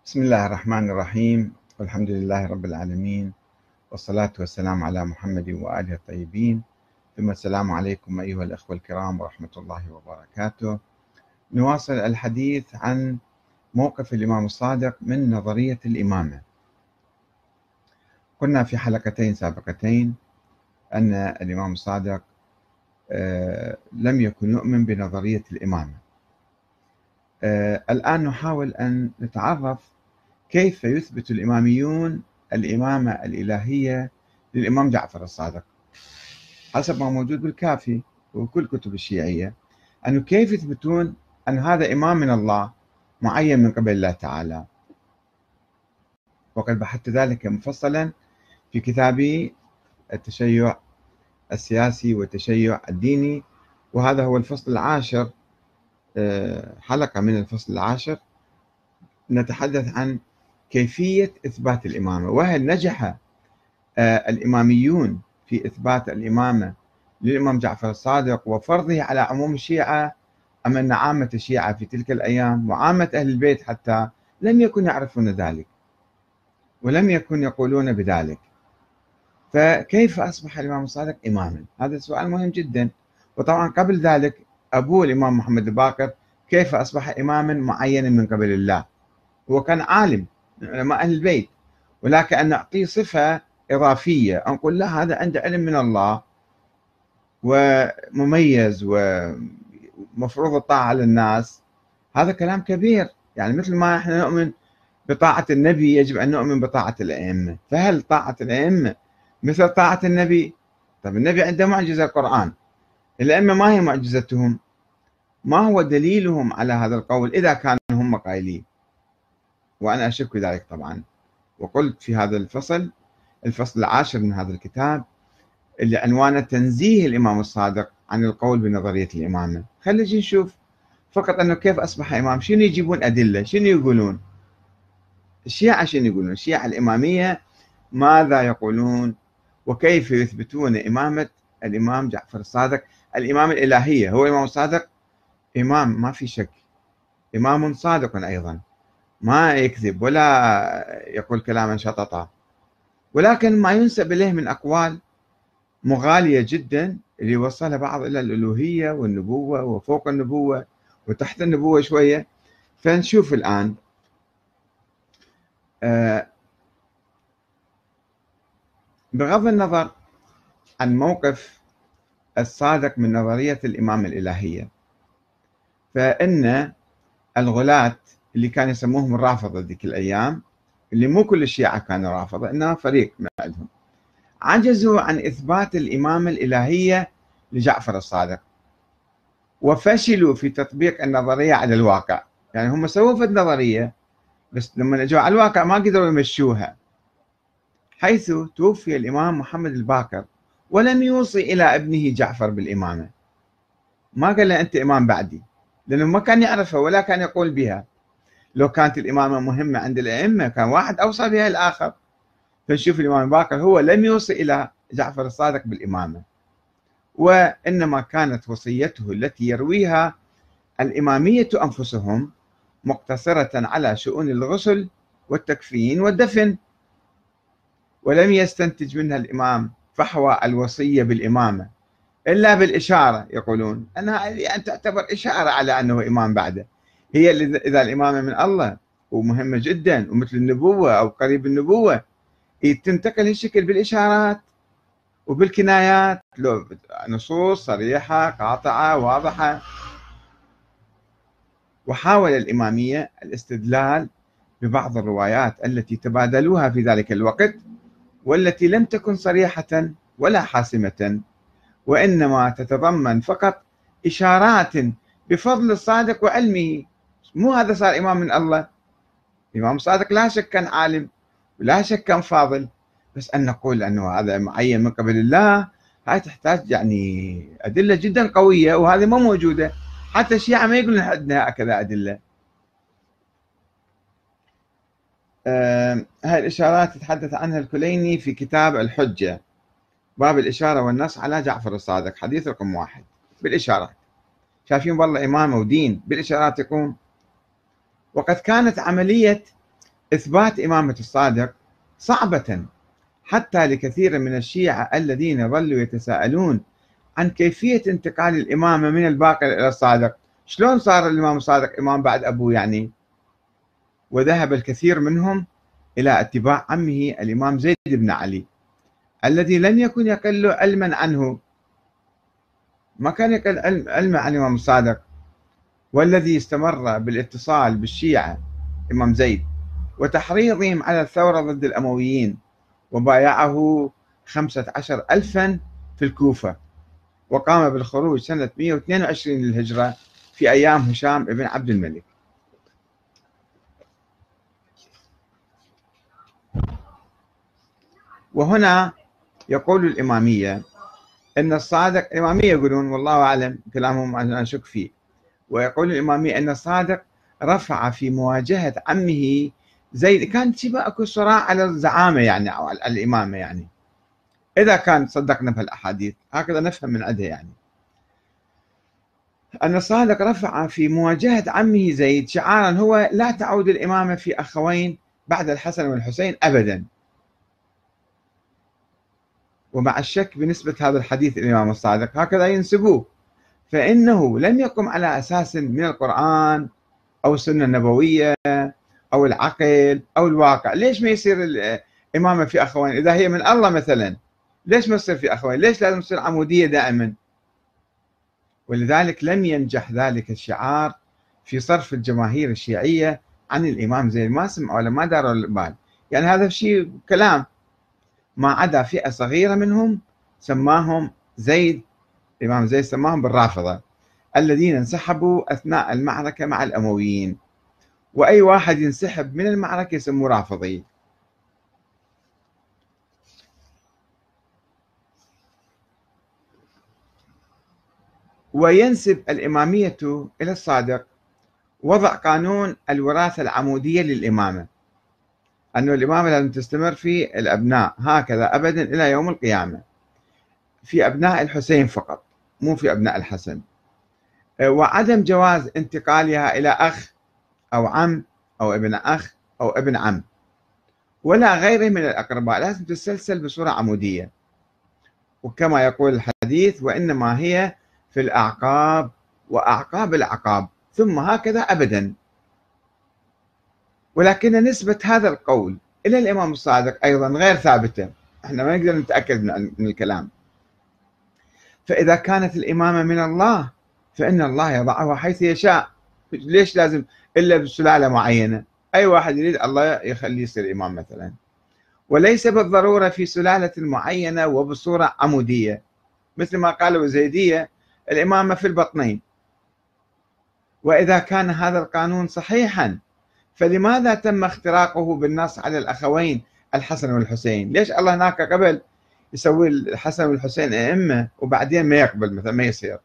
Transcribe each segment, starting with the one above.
بسم الله الرحمن الرحيم والحمد لله رب العالمين والصلاة والسلام على محمد وآله الطيبين ثم السلام عليكم أيها الأخوة الكرام ورحمة الله وبركاته. نواصل الحديث عن موقف الإمام الصادق من نظرية الإمامة. قلنا في حلقتين سابقتين أن الإمام الصادق لم يكن يؤمن بنظرية الإمامة. الآن نحاول أن نتعرف كيف يثبت الإماميون الإمامة الإلهية للإمام جعفر الصادق حسب ما موجود بالكافي وكل كتب الشيعية، أنه كيف يثبتون أن هذا إمام من الله معين من قبل الله تعالى. وقد بحثت ذلك مفصلا في كتابي التشيع السياسي والتشيع الديني، وهذا هو الفصل العاشر، حلقة من الفصل العاشر نتحدث عن كيفية إثبات الإمامة، وهل نجح الإماميون في إثبات الإمامة للإمام جعفر الصادق وفرضه على عموم الشيعة، أم أن عامة الشيعة في تلك الأيام وعامة أهل البيت حتى لم يكن يعرفون ذلك ولم يكن يقولون بذلك؟ فكيف أصبح الإمام الصادق إماما؟ هذا سؤال مهم جدا. وطبعا قبل ذلك أبوه الإمام محمد الباقر كيف أصبح إماما معينا من قبل الله؟ هو كان عالم من علماء أهل البيت، ولكن أن نعطيه صفة إضافية، أن نقول لا هذا عنده علم من الله ومميز ومفروض الطاعة على الناس، هذا كلام كبير. يعني مثل ما احنا نؤمن بطاعة النبي يجب أن نؤمن بطاعة الأئمة، فهل طاعة الأئمة مثل طاعة النبي؟ طيب النبي عنده معجزة القرآن، الأئمة ما هي معجزتهم؟ ما هو دليلهم على هذا القول إذا كانوا هم قائلين؟ وأنا أشك ذلك طبعا. وقلت في هذا الفصل العاشر من هذا الكتاب اللي عنوانه تنزيه الإمام الصادق عن القول بنظرية الإمامة، خلينا نجي نشوف فقط أنه كيف أصبح إمام. شنو يجيبون أدلة؟ شنو يقولون الشيعة؟ شنو يقولون الشيعة الإمامية؟ ماذا يقولون؟ وكيف يثبتون إمامة الإمام جعفر الصادق الإمامة الإلهية؟ هو الإمام الصادق إمام ما في شك، إمام صادق أيضا، ما يكذب ولا يقول كلاما شططا، ولكن ما ينسب إليه من أقوال مغالية جدا اللي وصلها بعض إلى الألوهية والنبوة وفوق النبوة وتحت النبوة شوية. فنشوف الآن بغض النظر عن موقف الصادق من نظرية الإمامة الإلهية، فإن الغلاة اللي كانوا يسموهم الرافضة ذيك الأيام، اللي مو كل الشيعة كانوا رافضة إنما فريق من عندهم، عجزوا عن إثبات الإمامة الإلهية لجعفر الصادق وفشلوا في تطبيق النظرية على الواقع. يعني هم سووا في النظرية بس لما اجوا على الواقع ما قدروا يمشوها، حيث توفي الإمام محمد الباقر ولم يوصي إلى ابنه جعفر بالإمامة، ما قال له أنت إمام بعدي، لأنه ما كان يعرفها ولا كان يقول بها. لو كانت الإمامة مهمة عند الأئمة كان واحد أوصى بها الآخر. فنشوف الإمام الباقر هو لم يوصي إلى جعفر الصادق بالإمامة، وإنما كانت وصيته التي يرويها الإمامية أنفسهم مقتصرة على شؤون الغسل والتكفين والدفن، ولم يستنتج منها الإمام فحوى الوصية بالإمامة إلا بالإشارة. يقولون أنها يعني تعتبر إشارة على أنه إمام بعده. هي إذا الإمامة من الله ومهمة جدا ومثل النبوة أو قريب النبوة تنتقل هالشكل بالإشارات وبالكنايات، لو نصوص صريحة قاطعة واضحة. وحاول الإمامية الاستدلال ببعض الروايات التي تبادلوها في ذلك الوقت والتي لم تكن صريحة ولا حاسمة، وإنما تتضمن فقط إشارات بفضل الصادق وعلمه. مو هذا صار إمام من الله. الإمام الصادق لا شك كان عالم ولا شك كان فاضل، بس أن نقول أنه هذا معين من قبل الله هاي تحتاج يعني أدلة جدا قوية، وهذه ما موجودة. حتى الشيعة ما يقولون عندنا هكذا أدلة. هاي الإشارات يتحدث عنها الكليني في كتاب الحجة، باب الإشارة والنص على جعفر الصادق، حديث رقم 1. بالإشارات شايفين والله إمامة ودين بالإشارات يقوم. وقد كانت عملية إثبات إمامة الصادق صعبة حتى لكثير من الشيعة الذين ظلوا يتساءلون عن كيفية انتقال الإمامة من الباقر إلى الصادق. شلون صار الإمام الصادق إمام بعد أبوه يعني؟ وذهب الكثير منهم إلى اتباع عمه الإمام زيد بن علي الذي لم يكن يقل علما عنه، ما كان يقل علما عن الإمام الصادق، والذي استمر بالاتصال بالشيعة إمام زيد وتحريضهم على الثورة ضد الأمويين، وبايعه 15 ألفا في الكوفة، وقام بالخروج سنة 122 للهجرة في أيام هشام بن عبد الملك. وهنا يقول الإمامية أن الصادق، الإمامية يقولون والله أعلم كلامهم أنا أشك فيه، ويقول الإمامية أن الصادق رفع في مواجهة عمه زيد، كان شبه أكو صراع على الزعامة يعني أو على الإمامة يعني، إذا كان صدقنا بهالأحاديث هكذا نفهم من عندها يعني، أن الصادق رفع في مواجهة عمه زيد شعارا هو لا تعود الإمامة في أخوين بعد الحسن والحسين أبدا. ومع الشك بنسبة هذا الحديث الإمام الصادق هكذا ينسبوه، فإنه لم يقم على أساس من القرآن أو السنة النبوية أو العقل أو الواقع. ليش ما يصير الإمامة في أخوين إذا هي من الله مثلا؟ ليش ما تصير في أخوين؟ ليش لازم تصير عمودية دائما؟ ولذلك لم ينجح ذلك الشعار في صرف الجماهير الشيعية عن الإمام زيد، ما سمعوا ولا ما داروا البال، يعني هذا الشيء كلام، ما عدا فئة صغيرة منهم سماهم زيد، الإمام زيد سماهم بالرافضة الذين انسحبوا أثناء المعركة مع الأمويين، وأي واحد ينسحب من المعركة يسموه رافضي. وينسب الإمامية إلى الصادق وضع قانون الوراثة العمودية للإمامة، أن الإمامة لازم تستمر في الأبناء هكذا أبدا إلى يوم القيامة، في أبناء الحسين فقط مو في أبناء الحسن، وعدم جواز انتقالها إلى أخ أو عم أو ابن أخ أو ابن عم ولا غيره من الأقرباء، لازم تتسلسل بصورة عمودية، وكما يقول الحديث وإنما هي في الأعقاب وأعقاب الأعقاب ثم هكذا أبدا. ولكن نسبة هذا القول إلى الإمام الصادق أيضا غير ثابتة، احنا ما نقدر نتأكد من الكلام. فإذا كانت الإمامة من الله فإن الله يضعها حيث يشاء، ليش لازم إلا بسلالة معينة؟ أي واحد يريد الله يخليه يصير إمام مثلا، وليس بالضرورة في سلالة معينة وبصورة عمودية، مثل ما قالوا الزيدية الإمامة في البطنين. وإذا كان هذا القانون صحيحا فلماذا تم اختراقه بالنص على الأخوين الحسن والحسين؟ ليش الله هناك قبل يسوي الحسن والحسين أئمة وبعدين ما يقبل مثلا ما يصير؟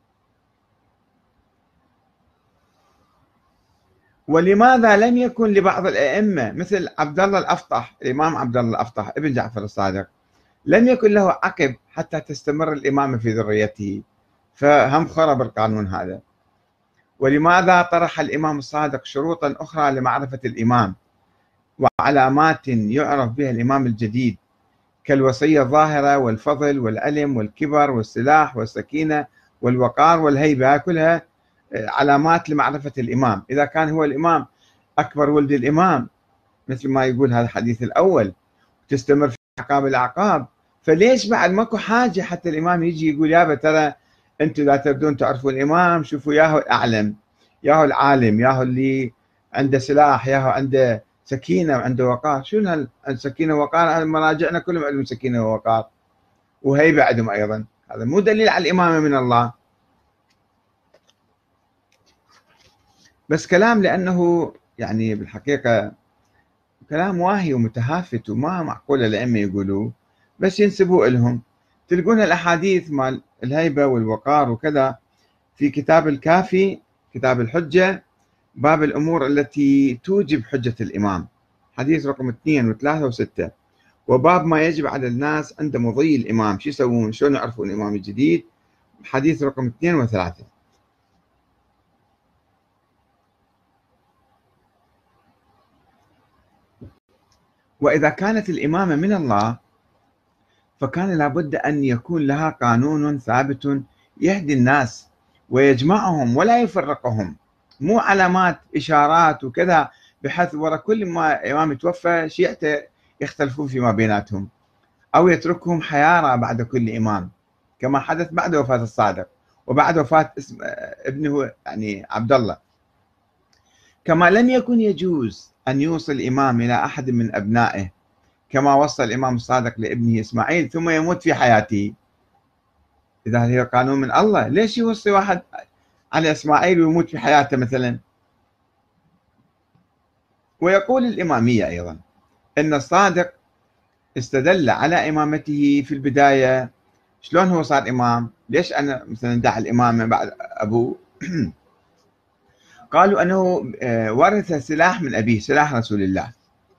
ولماذا لم يكن لبعض الأئمة مثل عبد الله الأفطح، الإمام عبد الله الأفطح ابن جعفر الصادق، لم يكن له عقب حتى تستمر الإمامة في ذريته، فهم خرب القانون هذا. ولماذا طرح الإمام الصادق شروطا أخرى لمعرفة الإمام وعلامات يعرف بها الإمام الجديد كالوصية الظاهرة والفضل والعلم والكبر والسلاح والسكينة والوقار والهيبة، كلها علامات لمعرفة الإمام. إذا كان هو الإمام أكبر ولد الإمام مثل ما يقول هذا الحديث الأول تستمر في أعقاب الأعقاب، فليش بعد ماكو حاجة حتى الإمام يجي يقول يابا ترى أنتم لا تردون تعرفوا الإمام، شوفوا ياهو الأعلم ياهو العالم ياهو اللي عنده سلاح ياهو عنده سكينة وعنده وقار. شنو السكينة ووقار؟ مراجعنا كلهم عندهم سكينة ووقار وهيبة عندهم أيضا، هذا مو دليل على الإمامة من الله، بس كلام لأنه يعني بالحقيقة كلام واهي ومتهافت وما معقول الأئمة يقولوه، بس ينسبوه لهم. تلقون الأحاديث مال الهيبة والوقار وكذا في كتاب الكافي، كتاب الحجة، باب الأمور التي توجب حجة الإمام، حديث رقم 2 و3 و6، وباب ما يجب على الناس عند مضي الإمام شو يسوون، شلون يعرفون الإمام الجديد، حديث رقم 2 و3. وإذا كانت الإمامة من الله فكان لابد أن يكون لها قانون ثابت يهدي الناس ويجمعهم ولا يفرقهم، مو علامات إشارات وكذا، بحيث ورا كل ما إمام يتوفى شيعته يختلفون فيما بيناتهم، أو يتركهم حيارى بعد كل إمام كما حدث بعد وفاة الصادق وبعد وفاة ابنه يعني عبد الله. كما لم يكن يجوز أن يوصل الإمام إلى أحد من أبنائه كما وصى الإمام الصادق لابنه إسماعيل ثم يموت في حياته. إذا هذا قانون من الله، ليش يوصي واحد على إسماعيل ويموت في حياته مثلا؟ ويقول الإمامية أيضا أن الصادق استدل على إمامته في البداية. شلون هو صار إمام؟ ليش أنا مثلا دعا الإمامة بعد أبوه؟ قالوا أنه ورث سلاح من أبيه، سلاح رسول الله،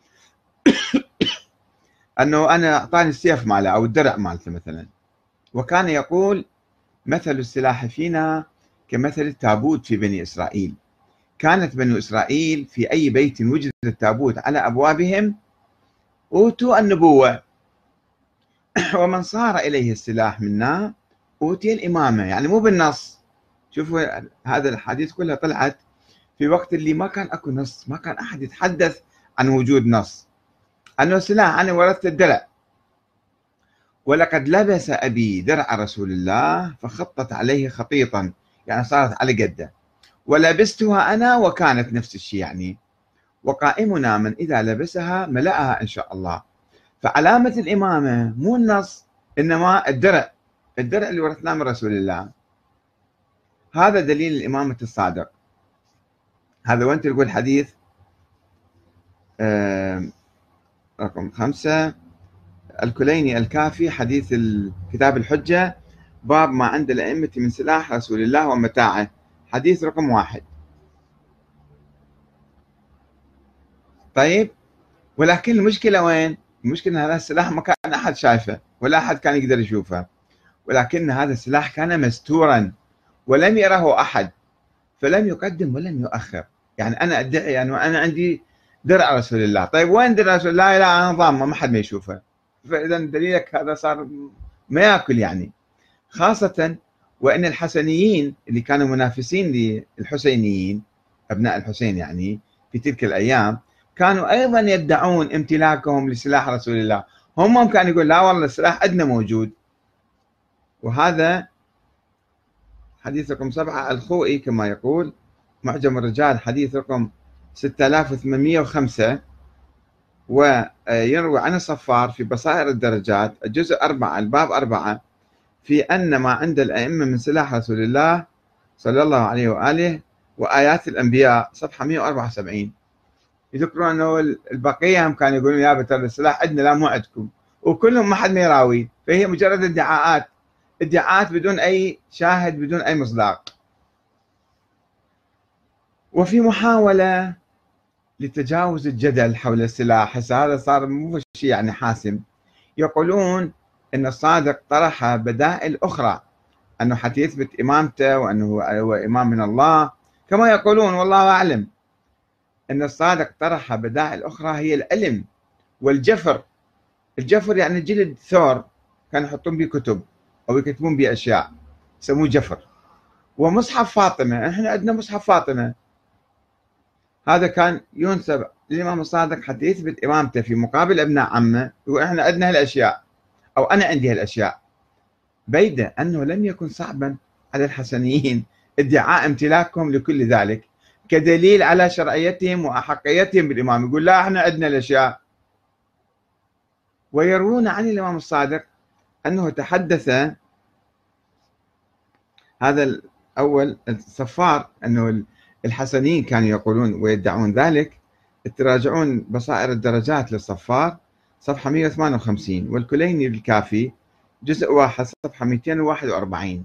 أنه أنا أعطاني السيف ماله أو الدرع مالته مثلا، وكان يقول مثل السلاح فينا كمثل التابوت في بني إسرائيل، كانت بنو إسرائيل في أي بيت وجد التابوت على أبوابهم أوتوا النبوة، ومن صار إليه السلاح منا أوتي الإمامة. يعني مو بالنص. شوفوا هذا الحديث كلها طلعت في وقت اللي ما كان أكو نص، ما كان أحد يتحدث عن وجود نص، أنه سلاح أنا ورثت الدرع، ولقد لبس أبي درع رسول الله فخطت عليه خطيطا، يعني صارت على قده، ولبستها أنا وكانت نفس الشيء يعني، وقائمنا من إذا لبسها ملأها إن شاء الله. فعلامة الإمامة مو النص، إنما الدرع، الدرع اللي ورثناه من رسول الله. هذا دليل الإمامة الصادق. هذا وين تلقوا الحديث رقم 5 الكليني الكافي، حديث كتاب الحجة، باب ما عند الأئمة من سلاح رسول الله ومتاعه، حديث رقم 1. طيب، ولكن المشكلة وين؟ المشكلة هذا السلاح ما كان أحد شايفه ولا أحد كان يقدر يشوفه، ولكن هذا السلاح كان مستورا ولم يره أحد، فلم يقدم ولم يؤخر. يعني أنا أدعي أنه أنا عندي درع رسول الله، طيب وين درع رسول الله؟ لا أنا ضامة ما حد ما يشوفه. فإذا دليلك هذا صار ما يأكل يعني. خاصة وأن الحسنيين اللي كانوا منافسين للحسينيين أبناء الحسين يعني في تلك الأيام كانوا أيضا يدعون امتلاكهم لسلاح رسول الله، هم كانوا يقول لا والله السلاح عندنا موجود. وهذا حديث رقم 7 الخوئي كما يقول معجم الرجال، حديث رقم 6805، ويروي عن الصفار في بصائر الدرجات الجزء 4 الباب 4 في أن ما عند الأئمة من سلاح رسول الله صلى الله عليه وآله وآيات الأنبياء، صفحة 174. يذكرون أنه البقية هم كانوا يقولون يا بتر السلاح عندنا لا مو عندكم، وكلهم ما حد ما يراوي، فهي مجرد ادعاءات بدون أي شاهد بدون أي مصداق. وفي محاولة لتجاوز الجدل حول السلاح، هسه هذا صار مو شيء يعني حاسم، يقولون أن الصادق طرح بدائل أخرى أنه حتى يثبت إمامته وأنه هو إمام من الله، كما يقولون والله أعلم أن الصادق طرح بدائل أخرى هي العلم والجفر. الجفر يعني جلد ثور كانوا يحطون به كتب أو يكتبون به أشياء يسموه جفر. ومصحف فاطمة، إحنا عندنا مصحف فاطمة، هذا كان ينسب للإمام الصادق حتى يثبت إمامته في مقابل أبناء عمه، وإحنا عندنا هالأشياء أو أنا عندي هالأشياء، بيد أنه لم يكن صعبا على الحسنيين ادعاء امتلاكهم لكل ذلك كدليل على شرعيتهم وأحقيتهم بالإمام. يقول لا احنا عندنا الأشياء. ويروون عن الإمام الصادق أنه تحدث، هذا الأول الصفار، أنه الحسنيين كانوا يقولون ويدعون ذلك، تراجعون بصائر الدرجات للصفار صفحة 158، والكليني الكافي جزء 1 صفحة 241.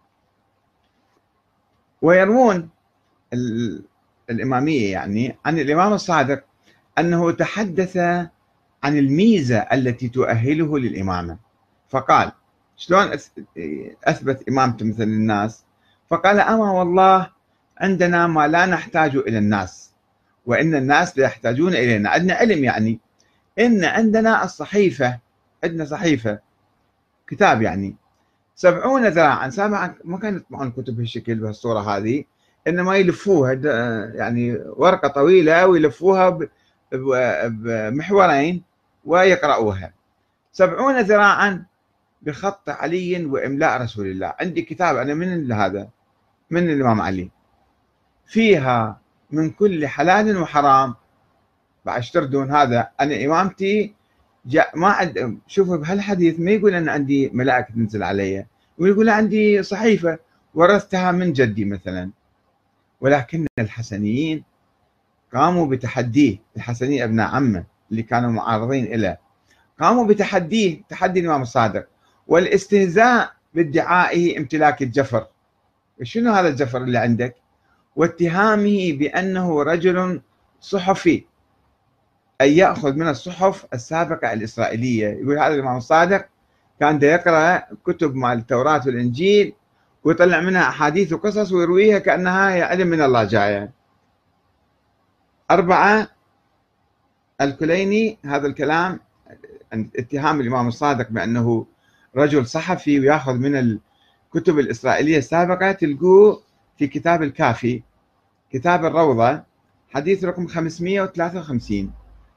ويروون الإمامية يعني عن الإمام الصادق أنه تحدث عن الميزة التي تؤهله للإمامة، فقال شلون أثبت إمامته مثل الناس؟ فقال أما والله عندنا ما لا نحتاج إلى الناس وإن الناس لا يحتاجون إلينا، عندنا علم يعني إن عندنا الصحيفة، عندنا صحيفة كتاب يعني 70 ذراعا. سابعا ما كانوا يطبعون كتب بهالشكل بهالصورة هذه، إنما يلفوها يعني ورقة طويلة ويلفوها بمحورين ويقرأوها. 70 ذراعا بخط علي وإملاء رسول الله. عندي كتاب أنا من هذا، من الإمام علي، فيها من كل حلال وحرام. بعد تردون هذا أنا إمامتي ما عند. شوفوا بهالحديث ما يقول أنا عندي ملائكة تنزل علي، ويقول عندي صحيفة ورثتها من جدي مثلا. ولكن الحسنيين قاموا بتحديه، الحسنيين ابن عمه اللي كانوا معارضين له، قاموا بتحديه، تحدي الإمام الصادق، والاستهزاء بادعائه امتلاك الجفر. شنو هذا الجفر اللي عندك؟ واتهامه بأنه رجل صحفي، أن يأخذ من الصحف السابقة الإسرائيلية. يقول هذا الإمام الصادق كان دا يقرأ كتب مال التوراة والإنجيل ويطلع منها أحاديث وقصص ويرويها كأنها هي علم من الله جاية. 4 الكليني هذا الكلام، اتهام الإمام الصادق بأنه رجل صحفي ويأخذ من الكتب الإسرائيلية السابقة، تلقوه في كتاب الكافي، كتاب الروضة، حديث رقم 553،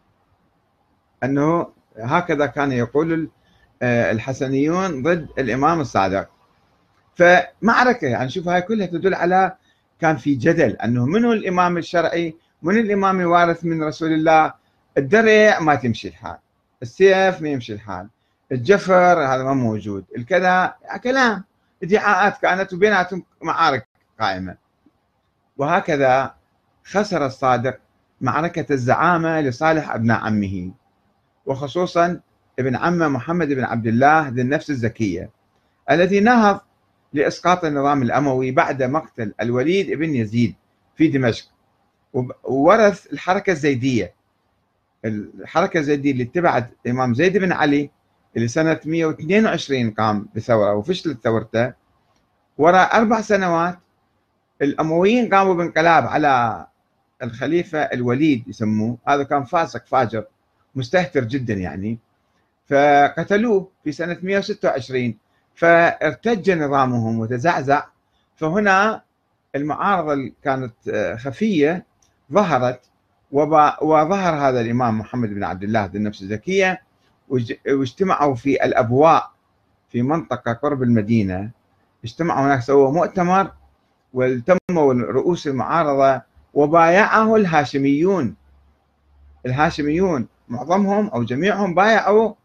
أنه هكذا كان يقول الحسنيون ضد الإمام الصادق. فمعركة يعني، شوف هاي كلها تدل على كان في جدل أنه منو الإمام الشرعي، من الإمام الوارث من رسول الله. الدرع ما تمشي الحال، السيف ما يمشي الحال، الجفر هذا ما موجود، الكذا كلام ادعاءات كانت وبيناتهم معارك قائمة. وهكذا خسر الصادق معركة الزعامة لصالح أبناء عمه، وخصوصا ابن عمه محمد بن عبد الله ذي النفس الزكية، الذي نهض لإسقاط النظام الأموي بعد مقتل الوليد بن يزيد في دمشق، وورث الحركة الزيدية. الحركة الزيدية اللي اتبعت الإمام زيد بن علي، اللي سنة 122 قام بثورة وفشلت ثورته. وراء 4 سنوات الأمويين قاموا بانقلاب على الخليفة الوليد يسموه، هذا كان فاسق فاجر مستهتر جدا يعني، فقتلوه في سنة 126. فارتج نظامهم وتزعزع. فهنا المعارضة اللي كانت خفية ظهرت، وظهر هذا الإمام محمد بن عبد الله ذي النفس الزكية، واجتمعوا في الأبواء في منطقة قرب المدينة. اجتمعوا هناك، سووا مؤتمر والتموا رؤوس المعارضة، وبايعه الهاشميون. الهاشميون معظمهم أو جميعهم بايعوا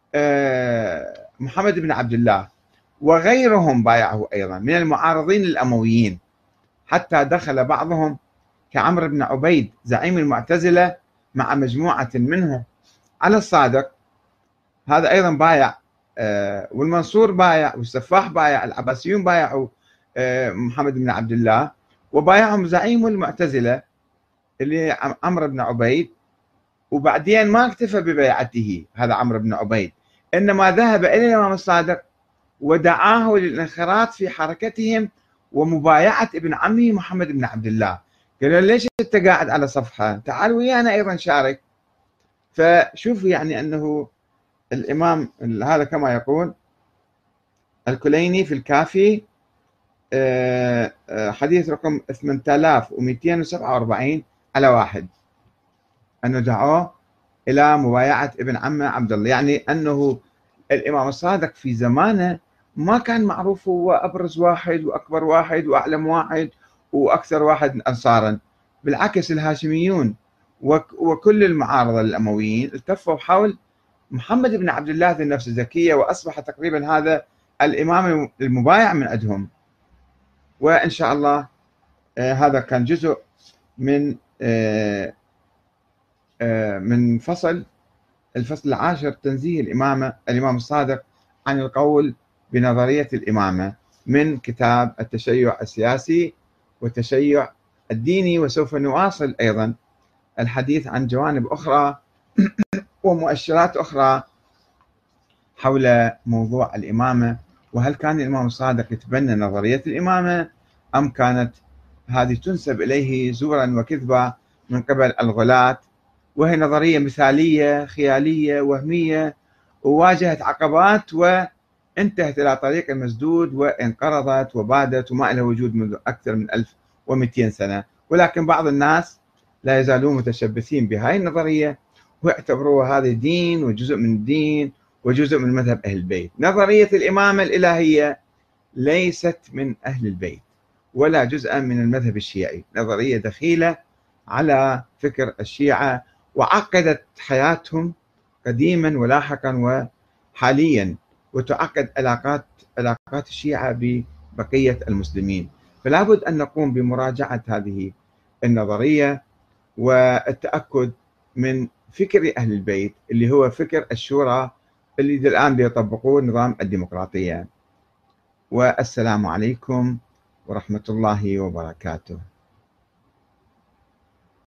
محمد بن عبد الله، وغيرهم بايعه أيضا من المعارضين الأمويين، حتى دخل بعضهم كعمرو بن عبيد زعيم المعتزلة مع مجموعة منهم على الصادق. هذا أيضا بايع، والمنصور بايع، والسفاح بايع، العباسيون بايعوا محمد بن عبد الله، وبايعهم زعيم المعتزلة اللي عمرو بن عبيد. وبعدين ما اكتفى ببيعته هذا عمرو بن عبيد، إنما ذهب إلى الإمام الصادق ودعاه للانخراط في حركتهم ومبايعة ابن عمه محمد بن عبد الله. قال له ليش أنت قاعد على صفحة، تعال ويانا أيضا شارك. فشوفوا يعني أنه الإمام هذا كما يقول الكليني في الكافي، حديث رقم 8247 على 1، أنه دعوه إلى مبايعة ابن عمه عبد الله. يعني أنه الإمام الصادق في زمانه ما كان معروف هو أبرز واحد وأكبر واحد وأعلم واحد وأكثر واحد أنصارا. بالعكس الهاشميون وكل المعارضة الأمويين التفوا حول محمد بن عبد الله ذي النفس الزكية، وأصبح تقريبا هذا الإمام المبايع من عندهم. وإن شاء الله هذا كان جزء من الفصل 10 تنزيه الإمام الصادق عن القول بنظرية الإمامة من كتاب التشيع السياسي والتشيع الديني. وسوف نواصل أيضا الحديث عن جوانب أخرى ومؤشرات أخرى حول موضوع الإمامة، وهل كان الإمام الصادق يتبنى نظرية الإمامة أم كانت هذه تنسب إليه زورا وكذبا من قبل الغلاة وهي نظرية مثالية خيالية وهمية، وواجهت عقبات وانتهت إلى طريق مسدود وانقرضت وبادت وما لها وجود منذ أكثر من 1200 سنة. ولكن بعض الناس لا يزالون متشبثين بهذه النظرية واعتبروها هذا دين وجزء من الدين وجزء من مذهب أهل البيت. نظرية الإمامة الإلهية ليست من أهل البيت ولا جزءا من المذهب الشيعي، نظرية دخيلة على فكر الشيعة وعقدت حياتهم قديما ولاحقا وحاليا، وتعقد علاقات الشيعة ببقية المسلمين. فلا بد أن نقوم بمراجعة هذه النظرية والتأكد من فكر أهل البيت اللي هو فكر الشورى اللي الآن يطبقون نظام الديمقراطية. والسلام عليكم ورحمة الله وبركاته.